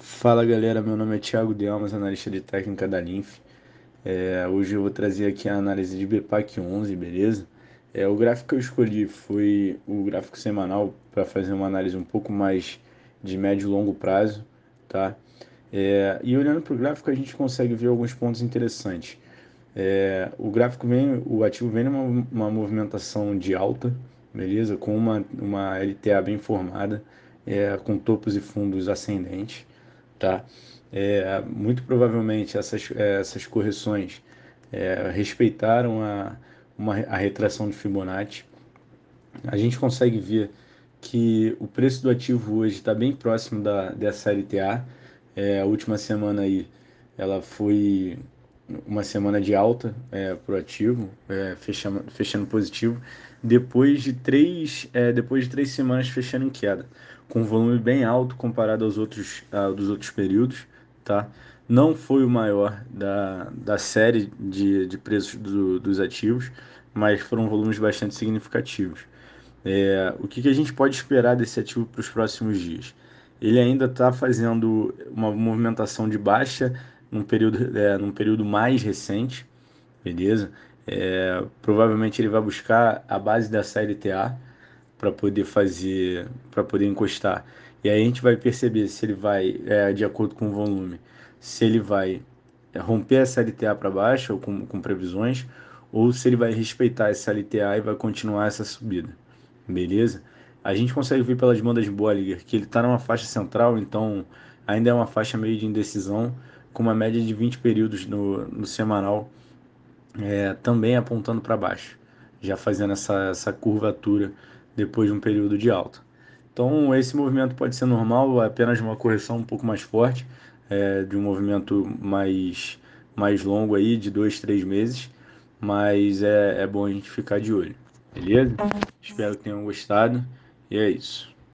Fala galera, meu nome é Thiago Delmas, analista de técnica da Linf. Hoje eu vou trazer aqui a análise de BPAC 11, beleza? O gráfico que eu escolhi foi o gráfico semanal para fazer uma análise um pouco mais de médio e longo prazo, tá? E olhando para o gráfico a gente consegue ver alguns pontos interessantes. O ativo vem numa movimentação de alta, beleza? Com uma LTA bem formada, com topos e fundos ascendentes, tá? Muito provavelmente essas correções respeitaram a retração de Fibonacci. A gente consegue ver que o preço do ativo hoje está bem próximo dessa LTA. A última semana aí, ela foi uma semana de alta para o ativo, fechando positivo, depois de 3 semanas fechando em queda, com um volume bem alto comparado dos outros períodos, tá? Não foi o maior da série de preços dos ativos, mas foram volumes bastante significativos. O que a gente pode esperar desse ativo para os próximos dias? Ele ainda está fazendo uma movimentação de baixa num período mais recente, beleza? Provavelmente ele vai buscar a base da CLTA para poder encostar. E aí a gente vai perceber se ele vai, de acordo com o volume, se ele vai romper essa LTA para baixo ou com previsões, ou se ele vai respeitar essa LTA e vai continuar essa subida. Beleza? A gente consegue ver pelas bandas de Bollinger que ele está numa faixa central, então ainda é uma faixa meio de indecisão, com uma média de 20 períodos no semanal, também apontando para baixo, já fazendo essa curvatura depois de um período de alta. Então, esse movimento pode ser normal, apenas uma correção um pouco mais forte, de um movimento mais longo aí, de 2, 3 meses, mas é bom a gente ficar de olho, beleza? Espero que tenham gostado, e é isso.